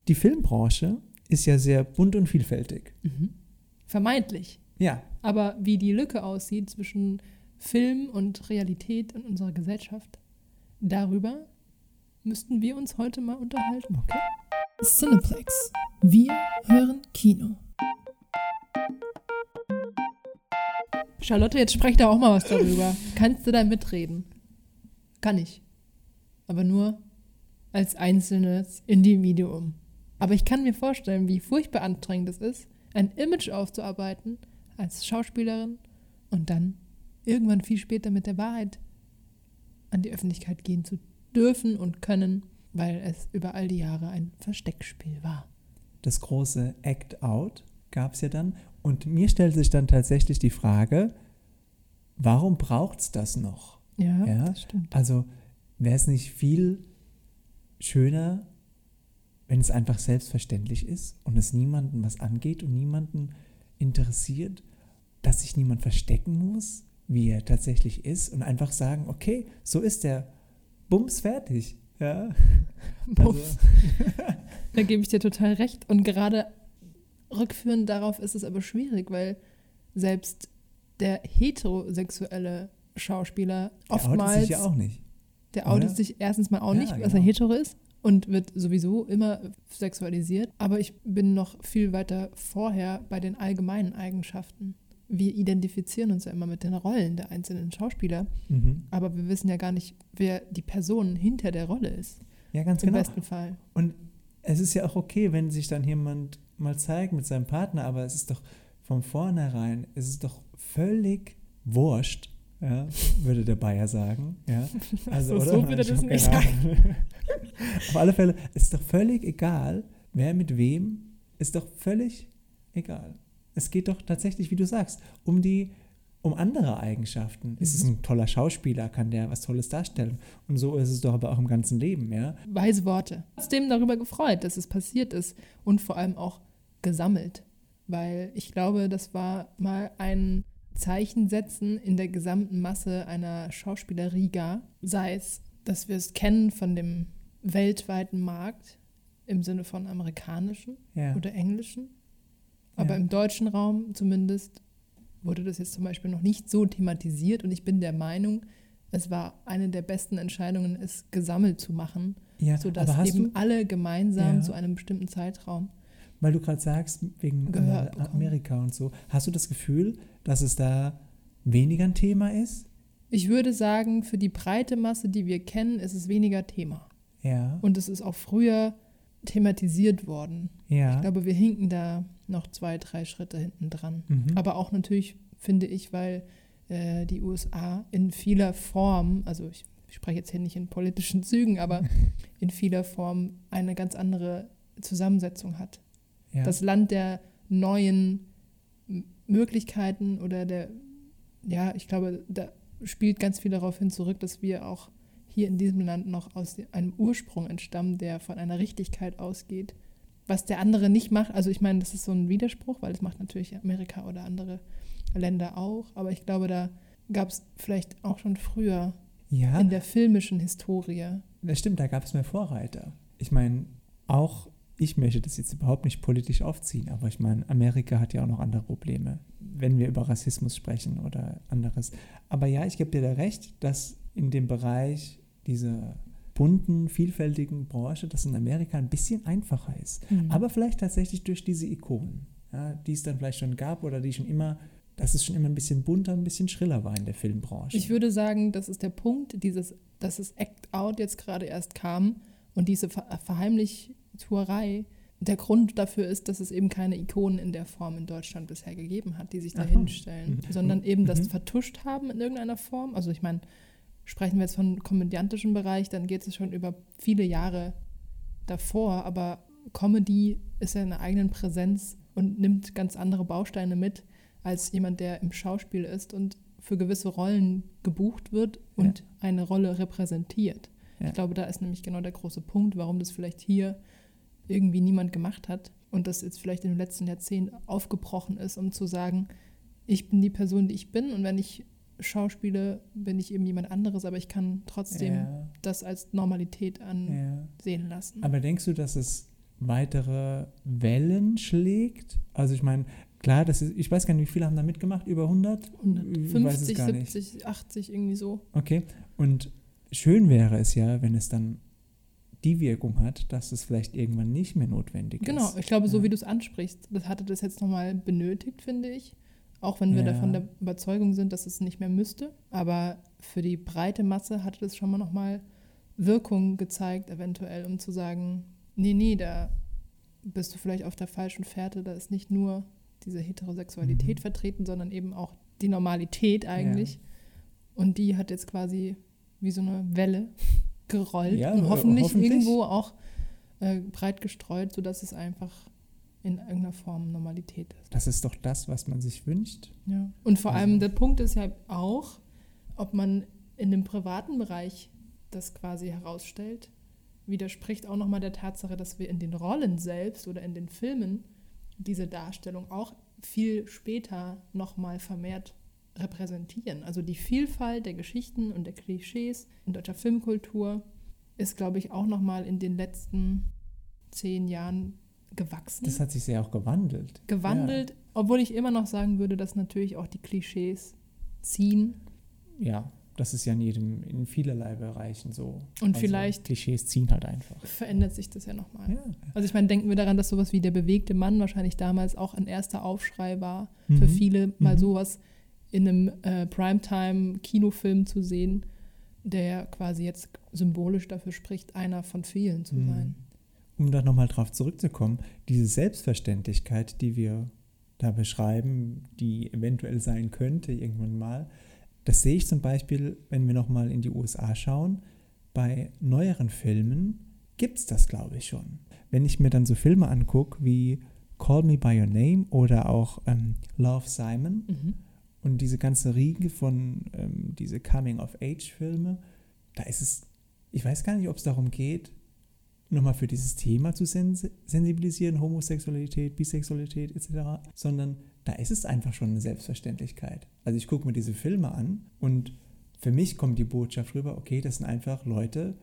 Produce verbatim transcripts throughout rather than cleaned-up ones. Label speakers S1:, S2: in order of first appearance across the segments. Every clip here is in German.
S1: Die Filmbranche ist ja sehr bunt und vielfältig.
S2: Mhm. Vermeintlich.
S1: Ja.
S2: Aber wie die Lücke aussieht zwischen Film und Realität in unserer Gesellschaft, darüber müssten wir uns heute mal unterhalten.
S1: Okay.
S3: Cineplex. Wir hören Kino.
S2: Charlotte, jetzt sprech da auch mal was darüber. Kannst du da mitreden? Kann ich. Aber nur als einzelnes Individuum. Aber ich kann mir vorstellen, wie furchtbar anstrengend es ist, ein Image aufzuarbeiten als Schauspielerin und dann irgendwann viel später mit der Wahrheit an die Öffentlichkeit gehen zu dürfen und können, weil es über all die Jahre ein Versteckspiel war.
S1: Das große Act Out gab es ja dann. Und mir stellt sich dann tatsächlich die Frage, warum braucht es das noch?
S2: Ja,
S1: ja,
S2: das stimmt.
S1: Also wäre es nicht viel schöner, wenn es einfach selbstverständlich ist und es niemandem was angeht und niemanden interessiert, dass sich niemand verstecken muss, wie er tatsächlich ist und einfach sagen, okay, so ist der, bums, fertig. Ja.
S2: Bums. Also. Da gebe ich dir total recht. Und gerade rückführend darauf ist es aber schwierig, weil selbst der heterosexuelle Schauspieler
S1: der
S2: oftmals...
S1: outet sich ja auch nicht.
S2: Der outet
S1: oder?
S2: sich erstens mal auch
S1: Ja,
S2: nicht, dass
S1: genau.
S2: er hetero ist und wird sowieso immer sexualisiert. Aber ich bin noch viel weiter vorher bei den allgemeinen Eigenschaften. Wir identifizieren uns ja immer mit den Rollen der einzelnen Schauspieler,
S1: Mhm.
S2: aber wir wissen ja gar nicht, wer die Person hinter der Rolle ist.
S1: Ja, ganz
S2: Im
S1: genau.
S2: besten Fall.
S1: Und es ist ja auch okay, wenn sich dann jemand mal zeigt mit seinem Partner, aber es ist doch von vornherein, es ist doch völlig wurscht, ja, würde der Bayer sagen. Ja. Also,
S2: so,
S1: oder?
S2: so würde
S1: Ich
S2: das
S1: hab
S2: nicht
S1: keine
S2: sagen.
S1: Ahnung. Auf alle Fälle, es ist doch völlig egal, wer mit wem, ist doch völlig egal. Es geht doch tatsächlich, wie du sagst, um die, um andere Eigenschaften. Mhm. Ist es ein toller Schauspieler, kann der was Tolles darstellen. Und so ist es doch aber auch im ganzen Leben, ja.
S2: Weise Worte. Trotzdem darüber gefreut, dass es passiert ist und vor allem auch gesammelt. Weil ich glaube, das war mal ein Zeichen setzen in der gesamten Masse einer Schauspielerriga. Sei es, dass wir es kennen von dem weltweiten Markt im Sinne von amerikanischen
S1: Ja.
S2: oder englischen. Aber
S1: Ja.
S2: im deutschen Raum zumindest wurde das jetzt zum Beispiel noch nicht so thematisiert. Und ich bin der Meinung, es war eine der besten Entscheidungen, es gesammelt zu machen,
S1: Ja,
S2: sodass
S1: aber hast
S2: eben
S1: du,
S2: alle gemeinsam
S1: Ja.
S2: zu einem bestimmten Zeitraum.
S1: weil du gerade sagst, wegen
S2: Gehör
S1: Amer-
S2: bekommen.
S1: Amerika und so, hast du das Gefühl, dass es da weniger ein Thema ist?
S2: Ich würde sagen, für die breite Masse, die wir kennen, ist es weniger Thema.
S1: Ja.
S2: Und es ist auch früher thematisiert worden.
S1: ja.
S2: Ich glaube, wir hinken da noch zwei, drei Schritte hinten dran.
S1: Mhm.
S2: Aber auch natürlich, finde ich, weil äh, die U S A in vieler Form, also ich, ich spreche jetzt hier nicht in politischen Zügen, aber in vieler Form eine ganz andere Zusammensetzung hat.
S1: ja.
S2: Das Land der neuen M- Möglichkeiten oder der, ja, ich glaube, da spielt ganz viel darauf hin zurück, dass wir auch hier in diesem Land noch aus einem Ursprung entstammen, der von einer Richtigkeit ausgeht, was der andere nicht macht. Also ich meine, das ist so ein Widerspruch, weil das macht natürlich Amerika oder andere Länder auch, aber ich glaube, da gab es vielleicht auch schon früher
S1: ja.
S2: in der filmischen Historie.
S1: Das stimmt, da gab es mehr Vorreiter. Ich meine, auch ich möchte das jetzt überhaupt nicht politisch aufziehen, aber ich meine, Amerika hat ja auch noch andere Probleme, wenn wir über Rassismus sprechen oder anderes. Aber ja, ich gebe dir da recht, dass in dem Bereich dieser bunten, vielfältigen Branche, das in Amerika ein bisschen einfacher ist.
S2: Mhm.
S1: Aber vielleicht tatsächlich durch diese Ikonen, ja, die es dann vielleicht schon gab oder die schon immer, dass es schon immer ein bisschen bunter, ein bisschen schriller war in der Filmbranche.
S2: Ich würde sagen, das ist der Punkt, dieses, dass das Act Out jetzt gerade erst kam und diese Ver- Verheimlichtuerei, der Grund dafür ist, dass es eben keine Ikonen in der Form in Deutschland bisher gegeben hat, die sich da
S1: Aha.
S2: hinstellen,
S1: Mhm.
S2: sondern eben das
S1: Mhm.
S2: vertuscht haben in irgendeiner Form. Also ich meine, sprechen wir jetzt von komödiantischen Bereich, dann geht es schon über viele Jahre davor, aber Comedy ist ja in einer eigenen Präsenz und nimmt ganz andere Bausteine mit als jemand, der im Schauspiel ist und für gewisse Rollen gebucht wird und
S1: Ja.
S2: eine Rolle repräsentiert.
S1: Ja.
S2: Ich glaube, da ist nämlich genau der große Punkt, warum das vielleicht hier irgendwie niemand gemacht hat und das jetzt vielleicht im letzten Jahrzehnt aufgebrochen ist, um zu sagen, ich bin die Person, die ich bin und wenn ich schauspiele, bin ich eben jemand anderes, aber ich kann trotzdem
S1: Ja.
S2: das als Normalität ansehen
S1: Ja.
S2: lassen.
S1: Aber denkst du, dass es weitere Wellen schlägt. Also ich meine, klar, das ist, ich weiß gar nicht, wie viele haben da mitgemacht, über hundert?
S2: hundertfünfzig, siebzig, achtzig, irgendwie so.
S1: Okay, und schön wäre es ja, wenn es dann die Wirkung hat, dass es vielleicht irgendwann nicht mehr notwendig
S2: Genau,
S1: ist.
S2: ich glaube, so
S1: ja.
S2: wie du es ansprichst, das hatte das jetzt nochmal benötigt, finde ich. Auch wenn wir
S1: Ja.
S2: davon der Überzeugung sind, dass es nicht mehr müsste. Aber für die breite Masse hatte das schon mal nochmal Wirkung gezeigt, eventuell, um zu sagen, nee, nee, da bist du vielleicht auf der falschen Fährte, da ist nicht nur diese Heterosexualität
S1: Mhm.
S2: vertreten, sondern eben auch die Normalität eigentlich.
S1: Ja.
S2: Und die hat jetzt quasi wie so eine Welle gerollt
S1: Ja,
S2: und
S1: äh,
S2: hoffentlich,
S1: hoffentlich.
S2: irgendwo auch äh, breit gestreut, sodass es einfach in irgendeiner Form Normalität ist.
S1: Das ist doch das, was man sich wünscht.
S2: Ja. Und vor
S1: Also-
S2: allem der Punkt ist ja auch, ob man in dem privaten Bereich das quasi herausstellt, widerspricht auch nochmal der Tatsache, dass wir in den Rollen selbst oder in den Filmen diese Darstellung auch viel später nochmal vermehrt repräsentieren. Also die Vielfalt der Geschichten und der Klischees in deutscher Filmkultur ist, glaube ich, auch nochmal in den letzten zehn Jahren gewachsen.
S1: Das hat sich sehr auch gewandelt.
S2: gewandelt, obwohl ich immer noch sagen würde, dass natürlich auch die Klischees ziehen.
S1: Ja, ja, das ist ja in jedem, in vielerlei Bereichen so.
S2: Und
S1: Also
S2: vielleicht-
S1: Klischees ziehen halt einfach.
S2: Verändert sich das ja nochmal.
S1: Ja.
S2: Also ich meine, denken wir daran, dass sowas wie der bewegte Mann wahrscheinlich damals auch ein erster Aufschrei war, für
S1: Mhm.
S2: viele mal
S1: Mhm.
S2: sowas in einem äh, Primetime-Kinofilm zu sehen, der quasi jetzt symbolisch dafür spricht, einer von vielen zu
S1: Mhm.
S2: sein.
S1: Um da nochmal drauf zurückzukommen, diese Selbstverständlichkeit, die wir da beschreiben, die eventuell sein könnte irgendwann mal, das sehe ich zum Beispiel, wenn wir nochmal in die U S A schauen, bei neueren Filmen gibt es das, glaube ich, schon. Wenn ich mir dann so Filme angucke wie Call Me By Your Name oder auch ähm, Love, Simon
S2: Mhm.
S1: und diese ganze Riege von ähm, diese Coming-of-Age-Filme, da ist es, ich weiß gar nicht, ob es darum geht, nochmal für dieses Thema zu sens- sensibilisieren, Homosexualität, Bisexualität et cetera, sondern da ist es einfach schon eine Selbstverständlichkeit. Also ich gucke mir diese Filme an und für mich kommt die Botschaft rüber, okay, das sind einfach Leute,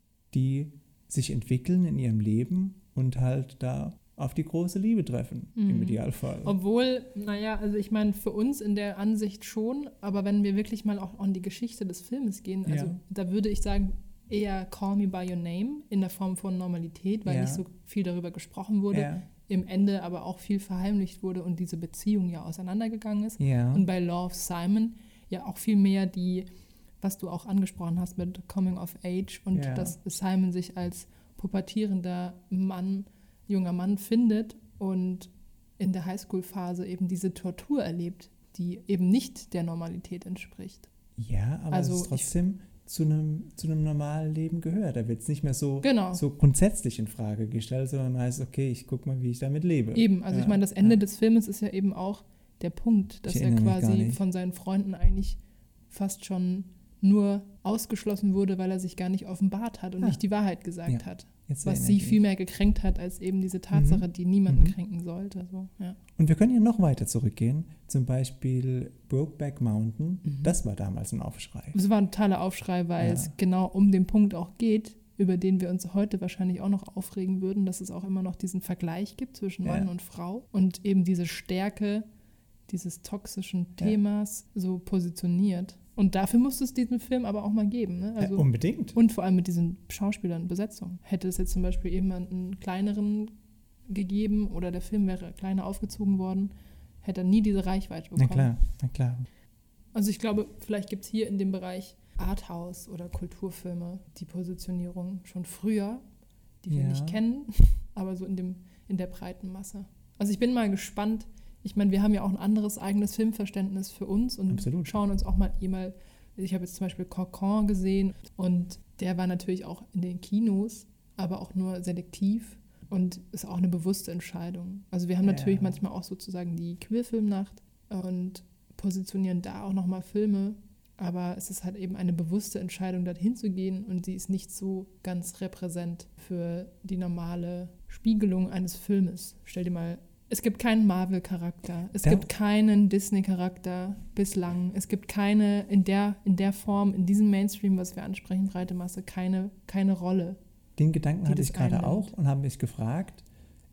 S1: die sich entwickeln in ihrem Leben und halt da auf die große Liebe treffen, im
S2: Mhm.
S1: Idealfall.
S2: Obwohl, naja, also ich meine, für uns in der Ansicht schon, aber wenn wir wirklich mal auch an die Geschichte des Filmes gehen, also
S1: Ja.
S2: da würde ich sagen, eher Call Me By Your Name in der Form von Normalität, weil
S1: Ja.
S2: nicht so viel darüber gesprochen wurde,
S1: Ja,
S2: im Ende aber auch viel verheimlicht wurde und diese Beziehung ja auseinandergegangen ist.
S1: ja,
S2: Und bei Love, Simon ja auch viel mehr die, was du auch angesprochen hast mit Coming of Age und
S1: Ja.
S2: dass Simon sich als pubertierender Mann, junger Mann findet und in der Highschool-Phase eben diese Tortur erlebt, die eben nicht der Normalität entspricht.
S1: ja, aber
S2: Also
S1: es ist
S2: ich-
S1: trotzdem zu einem, zu einem normalen Leben gehört. Da wird es nicht mehr so,
S2: Genau.
S1: so grundsätzlich in Frage gestellt, sondern heißt, okay, ich guck mal, wie ich damit lebe.
S2: Eben, also
S1: Ja,
S2: ich meine, das Ende
S1: ja.
S2: des Filmes ist ja eben auch der Punkt, dass
S1: Ich
S2: er
S1: erinnere mich gar
S2: quasi
S1: nicht.
S2: von seinen Freunden eigentlich fast schon nur ausgeschlossen wurde, weil er sich gar nicht offenbart hat und
S1: Ah.
S2: nicht die Wahrheit gesagt
S1: Ja,
S2: hat.
S1: Jetzt
S2: Was
S1: erinnere
S2: sie
S1: ich
S2: viel
S1: mich.
S2: mehr gekränkt hat, als eben diese Tatsache,
S1: Mhm.
S2: die niemanden
S1: Mhm.
S2: kränken sollte. So, ja.
S1: Und wir können ja noch weiter zurückgehen. Zum Beispiel Brokeback Mountain.
S2: Mhm.
S1: Das war damals ein Aufschrei.
S2: Es war ein totaler Aufschrei, weil
S1: Ja.
S2: es genau um den Punkt auch geht, über den wir uns heute wahrscheinlich auch noch aufregen würden, dass es auch immer noch diesen Vergleich gibt zwischen
S1: Ja.
S2: Mann und Frau und eben diese Stärke dieses toxischen
S1: Ja.
S2: Themas so positioniert. Und dafür musste es diesen Film aber auch mal geben. Ne? Also,
S1: äh, unbedingt.
S2: und vor allem mit diesen Schauspielern, Besetzung. Hätte es jetzt zum Beispiel eben einen kleineren gegeben oder der Film wäre kleiner aufgezogen worden, hätte er nie diese Reichweite
S1: Na
S2: bekommen.
S1: klar, na klar.
S2: Also ich glaube, vielleicht gibt es hier in dem Bereich Arthouse oder Kulturfilme die Positionierung schon früher, die wir
S1: Ja.
S2: nicht kennen, aber so in, dem, in der breiten Masse. Also ich bin mal gespannt. Ich meine, wir haben ja auch ein anderes eigenes Filmverständnis für uns und
S1: Absolut.
S2: schauen uns auch mal mal. Ich habe jetzt zum Beispiel Cocon gesehen und der war natürlich auch in den Kinos, aber auch nur selektiv und ist auch eine bewusste Entscheidung. Also wir haben
S1: Ja.
S2: natürlich manchmal auch sozusagen die Queerfilmnacht und positionieren da auch nochmal Filme, aber es ist halt eben eine bewusste Entscheidung, dorthin zu gehen und sie ist nicht so ganz repräsent für die normale Spiegelung eines Filmes. Stell dir mal, es gibt keinen Marvel-Charakter, es
S1: Ja.
S2: gibt keinen Disney-Charakter bislang, es gibt keine, in der, in der Form, in diesem Mainstream, was wir ansprechen, breite Masse, keine, keine Rolle.
S1: Den Gedanken
S2: die
S1: hatte
S2: das
S1: ich gerade
S2: einnimmt.
S1: auch und habe mich gefragt,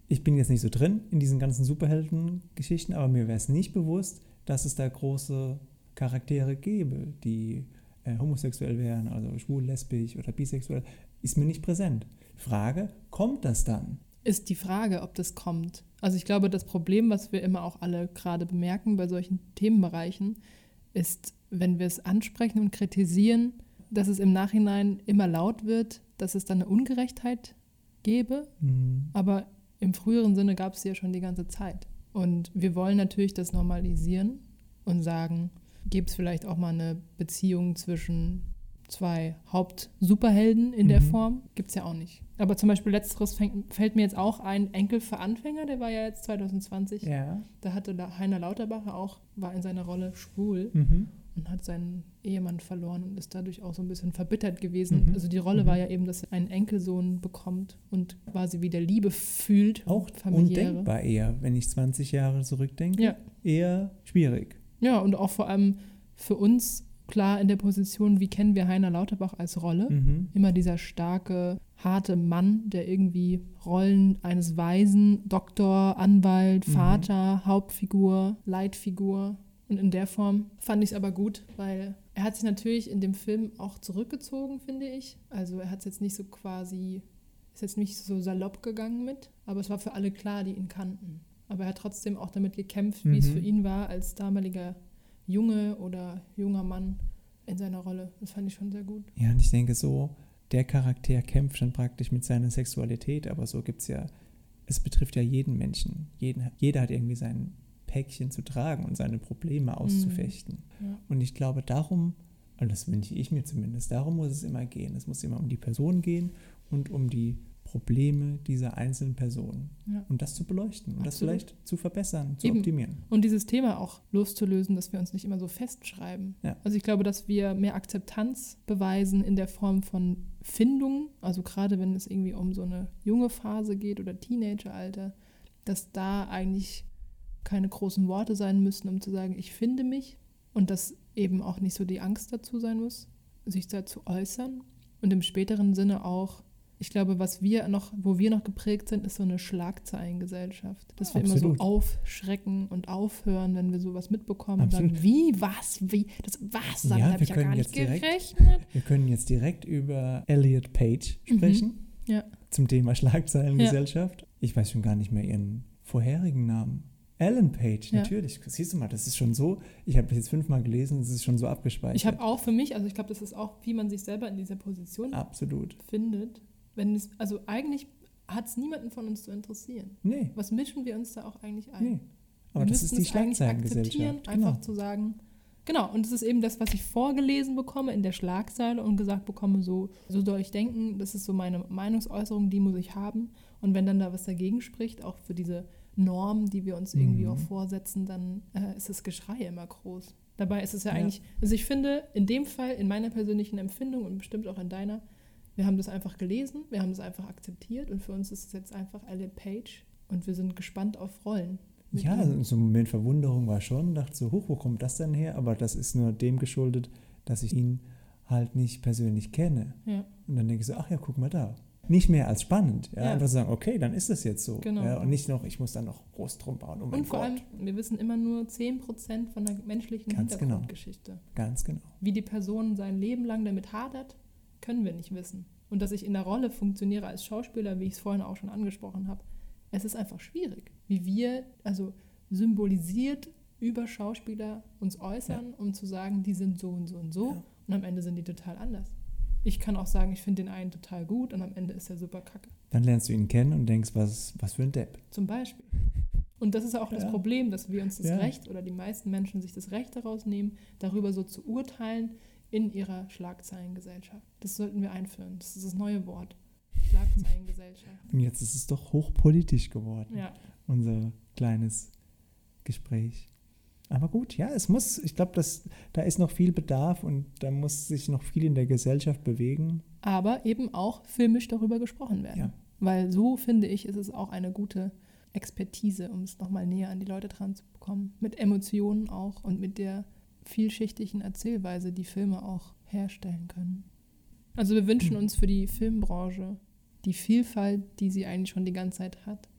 S1: ich bin jetzt nicht so drin in diesen ganzen Superhelden-Geschichten, aber mir wäre es nicht bewusst, dass es da große Charaktere gäbe, die äh, homosexuell wären, also schwul, lesbisch oder bisexuell, ist mir nicht präsent. Frage, kommt das dann?
S2: Ist die Frage, ob das kommt. Also ich glaube, das Problem, was wir immer auch alle gerade bemerken bei solchen Themenbereichen, ist, wenn wir es ansprechen und kritisieren, dass es im Nachhinein immer laut wird, dass es dann eine Ungerechtheit gäbe,
S1: Mhm.
S2: aber im früheren Sinne gab es sie ja schon die ganze Zeit. Und wir wollen natürlich das normalisieren und sagen, gibt es vielleicht auch mal eine Beziehung zwischen zwei Hauptsuperhelden in der
S1: Mhm.
S2: Form? Gibt es ja auch nicht. Aber zum Beispiel letzteres fängt, fällt mir jetzt auch ein, Enkel für Anfänger, der war ja jetzt zwanzig zwanzig.
S1: Ja.
S2: Da hatte da Heiner Lauterbach auch, war in seiner Rolle schwul
S1: Mhm.
S2: und hat seinen Ehemann verloren und ist dadurch auch so ein bisschen verbittert gewesen.
S1: Mhm.
S2: Also die Rolle
S1: Mhm.
S2: war ja eben, dass er einen Enkelsohn bekommt und quasi wieder Liebe fühlt.
S1: Auch
S2: familiäre.
S1: undenkbar eher, wenn ich zwanzig Jahre zurückdenke.
S2: Ja.
S1: Eher schwierig.
S2: Ja, und auch vor allem für uns klar in der Position, wie kennen wir Heiner Lauterbach als Rolle?
S1: Mhm.
S2: Immer dieser starke, harte Mann, der irgendwie Rollen eines Weisen, Doktor, Anwalt,
S1: Mhm.
S2: Vater, Hauptfigur, Leitfigur. Und in der Form fand ich es aber gut, weil er hat sich natürlich in dem Film auch zurückgezogen, finde ich. Also er hat es jetzt nicht so quasi, ist jetzt nicht so salopp gegangen mit, aber es war für alle klar, die ihn kannten. Aber er hat trotzdem auch damit gekämpft, wie
S1: Mhm.
S2: es für ihn war als damaliger Junge oder junger Mann in seiner Rolle. Das fand ich schon sehr gut.
S1: Ja, und ich denke so, der Charakter kämpft dann praktisch mit seiner Sexualität, aber so gibt es ja, es betrifft ja jeden Menschen. Jeden, jeder hat irgendwie sein Päckchen zu tragen und seine Probleme auszufechten.
S2: Ja.
S1: Und ich glaube, darum, und das wünsche ich mir zumindest, darum muss es immer gehen. Es muss immer um die Person gehen und um die Probleme dieser einzelnen Person.
S2: Ja.
S1: Und das zu beleuchten und das
S2: Absolut.
S1: vielleicht zu verbessern, zu
S2: Eben.
S1: optimieren.
S2: Und dieses Thema auch loszulösen, dass wir uns nicht immer so festschreiben.
S1: Ja.
S2: Also ich glaube, dass wir mehr Akzeptanz beweisen in der Form von Findung, also gerade wenn es irgendwie um so eine junge Phase geht oder Teenageralter, dass da eigentlich keine großen Worte sein müssen, um zu sagen, ich finde mich, und dass eben auch nicht so die Angst dazu sein muss, sich dazu äußern. Und im späteren Sinne auch, ich glaube, was wir noch, wo wir noch geprägt sind, ist so eine Schlagzeilengesellschaft. Dass wir
S1: Absolut.
S2: immer so aufschrecken und aufhören, wenn wir sowas mitbekommen und
S1: Absolut.
S2: sagen, wie, was, wie, das, was, damit
S1: Ja,
S2: habe
S1: wir
S2: ich ja
S1: können
S2: gar nicht
S1: jetzt direkt-
S2: gerechnet.
S1: Wir können jetzt direkt über Elliot Page sprechen,
S2: Ja,
S1: zum Thema Schlagzeilengesellschaft. Ich weiß schon gar nicht mehr ihren vorherigen Namen. Ellen Page,
S2: Ja.
S1: natürlich. Siehst du mal, das ist schon so, ich habe das jetzt fünfmal gelesen, es ist schon so abgespeichert.
S2: ich habe auch für mich, also ich glaube, das ist auch, wie man sich selber in dieser Position
S1: Absolut.
S2: findet. Wenn es, also eigentlich hat es niemanden von uns zu interessieren.
S1: Nee,
S2: Was mischen wir uns da auch eigentlich ein?
S1: nee. Aber
S2: wir
S1: das
S2: müssten
S1: ist die
S2: es eigentlich akzeptieren,
S1: Schlagzeilengesellschaft.
S2: einfach
S1: Genau.
S2: zu sagen, genau, und das ist eben das, was ich vorgelesen bekomme in der Schlagzeile und gesagt bekomme, so, so soll ich denken, das ist so meine Meinungsäußerung, die muss ich haben. Und wenn dann da was dagegen spricht, auch für diese Norm, die wir uns irgendwie
S1: Mhm.
S2: auch vorsetzen, dann äh, ist das Geschrei immer groß. Dabei ist es ja
S1: Ja.
S2: eigentlich, also ich finde, in dem Fall, in meiner persönlichen Empfindung und bestimmt auch in deiner, wir haben das einfach gelesen, wir haben das einfach akzeptiert und für uns ist es jetzt einfach Elliot Page und wir sind gespannt auf Rollen. mit
S1: Ja,
S2: ihm.
S1: so ein Moment Verwunderung war schon, dachte so, huch, wo kommt das denn her? Aber das ist nur dem geschuldet, dass ich ihn halt nicht persönlich kenne.
S2: Ja.
S1: Und dann denke ich so, ach ja, guck mal da. Nicht mehr als spannend. Ja?
S2: Ja.
S1: Einfach sagen, okay, dann ist das jetzt so.
S2: Genau.
S1: Ja? Und nicht noch, ich muss dann noch groß drum bauen. Oh mein
S2: Und vor
S1: Gott.
S2: allem, wir wissen immer nur zehn Prozent von der menschlichen
S1: Ganz genau.
S2: Hintergrundgeschichte.
S1: Ganz genau.
S2: Wie die Person sein Leben lang damit hadert, können wir nicht wissen. Und dass ich in der Rolle funktioniere als Schauspieler, wie ich es vorhin auch schon angesprochen habe, es ist einfach schwierig. Wie wir, also symbolisiert über Schauspieler uns äußern, um zu sagen, die sind so und so und so.
S1: Ja.
S2: Und am Ende sind die total anders. Ich kann auch sagen, ich finde den einen total gut und am Ende ist er super kacke.
S1: Dann lernst du ihn kennen und denkst, was, was für ein Depp.
S2: Zum Beispiel. Und das ist auch das
S1: Ja.
S2: Problem, dass wir uns das
S1: Ja.
S2: Recht oder die meisten Menschen sich das Recht daraus nehmen, darüber so zu urteilen in ihrer Schlagzeilengesellschaft. Das sollten wir einführen. Das ist das neue Wort. Schlagzeilengesellschaft.
S1: Und jetzt ist es doch hochpolitisch geworden,
S2: Ja,
S1: unser kleines Gespräch. Aber gut, ja, es muss, ich glaube, da ist noch viel Bedarf und da muss sich noch viel in der Gesellschaft bewegen.
S2: aber eben auch filmisch darüber gesprochen werden.
S1: Ja.
S2: Weil so, finde ich, ist es auch eine gute Expertise, um es nochmal näher an die Leute dran zu bekommen. Mit Emotionen auch und mit der vielschichtigen Erzählweise, die Filme auch herstellen können. Also wir wünschen uns für die Filmbranche die Vielfalt, die sie eigentlich schon die ganze Zeit hat.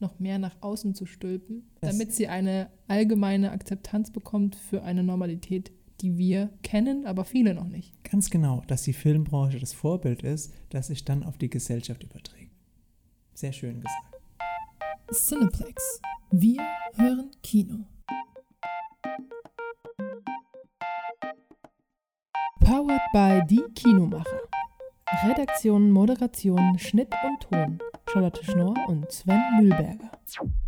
S2: noch mehr nach außen zu stülpen,
S1: Das-
S2: damit sie eine allgemeine Akzeptanz bekommt für eine Normalität, die wir kennen, aber viele noch nicht.
S1: Ganz genau, dass die Filmbranche das Vorbild ist, das sich dann auf die Gesellschaft überträgt. Sehr schön gesagt.
S3: Cineplex. Wir hören Kino.
S2: Powered by Die Kinomacher. Redaktion, Moderation, Schnitt und Ton. Charlotte Schnorr und Sven Mühlberger.